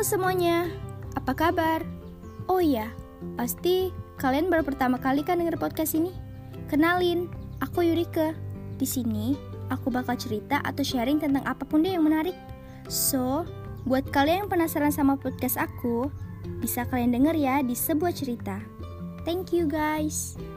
Halo semuanya, apa kabar? Oh iya, pasti kalian baru pertama kali kan denger podcast ini? Kenalin, aku Yurika. Di sini aku bakal cerita atau sharing tentang apapun deh yang menarik. So, buat kalian yang penasaran sama podcast aku, bisa kalian denger ya di sebuah cerita. Thank you guys.